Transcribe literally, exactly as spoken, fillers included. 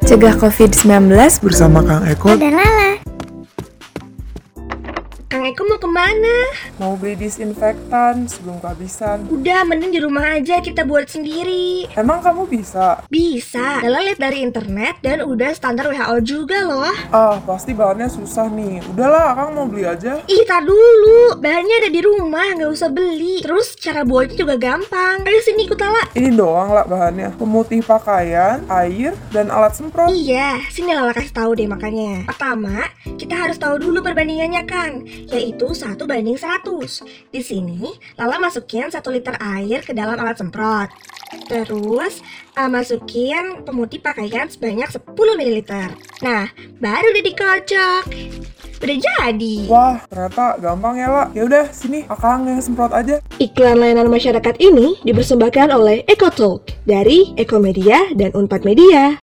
Cegah covid sembilan belas bersama Kang Eko dan Lala. Kang Eko mau kemana? Mau beli disinfektan sebelum kehabisan. Udah, mending di rumah aja kita buat sendiri. Emang kamu bisa? Bisa. Lala lihat dari internet dan udah standar W H O juga loh. Ah, pasti bahannya susah nih. Udahlah, Kang mau beli aja. Ih, tar dulu. Bahannya ada di rumah, nggak usah beli. Terus cara buatnya juga gampang. Ayo sini ikut Lala. Ini doang lah bahannya. Pemutih pakaian, air, dan alat semprot. Iya, sini Lala kasih tahu deh makanya. Pertama, kita harus tahu dulu perbandingannya Kang, yaitu satu banding seratus. Di sini, Lala masukin satu liter air ke dalam alat semprot. Terus, uh, masukin pemutih pakaian sebanyak sepuluh mililiter. Nah, baru deh dikocok. Udah jadi. Wah, ternyata gampang ya, lah. Ya udah, sini Akang yang semprot aja. Iklan layanan masyarakat ini dipersembahkan oleh Ekotalk dari Ekomedia dan Unpad Media.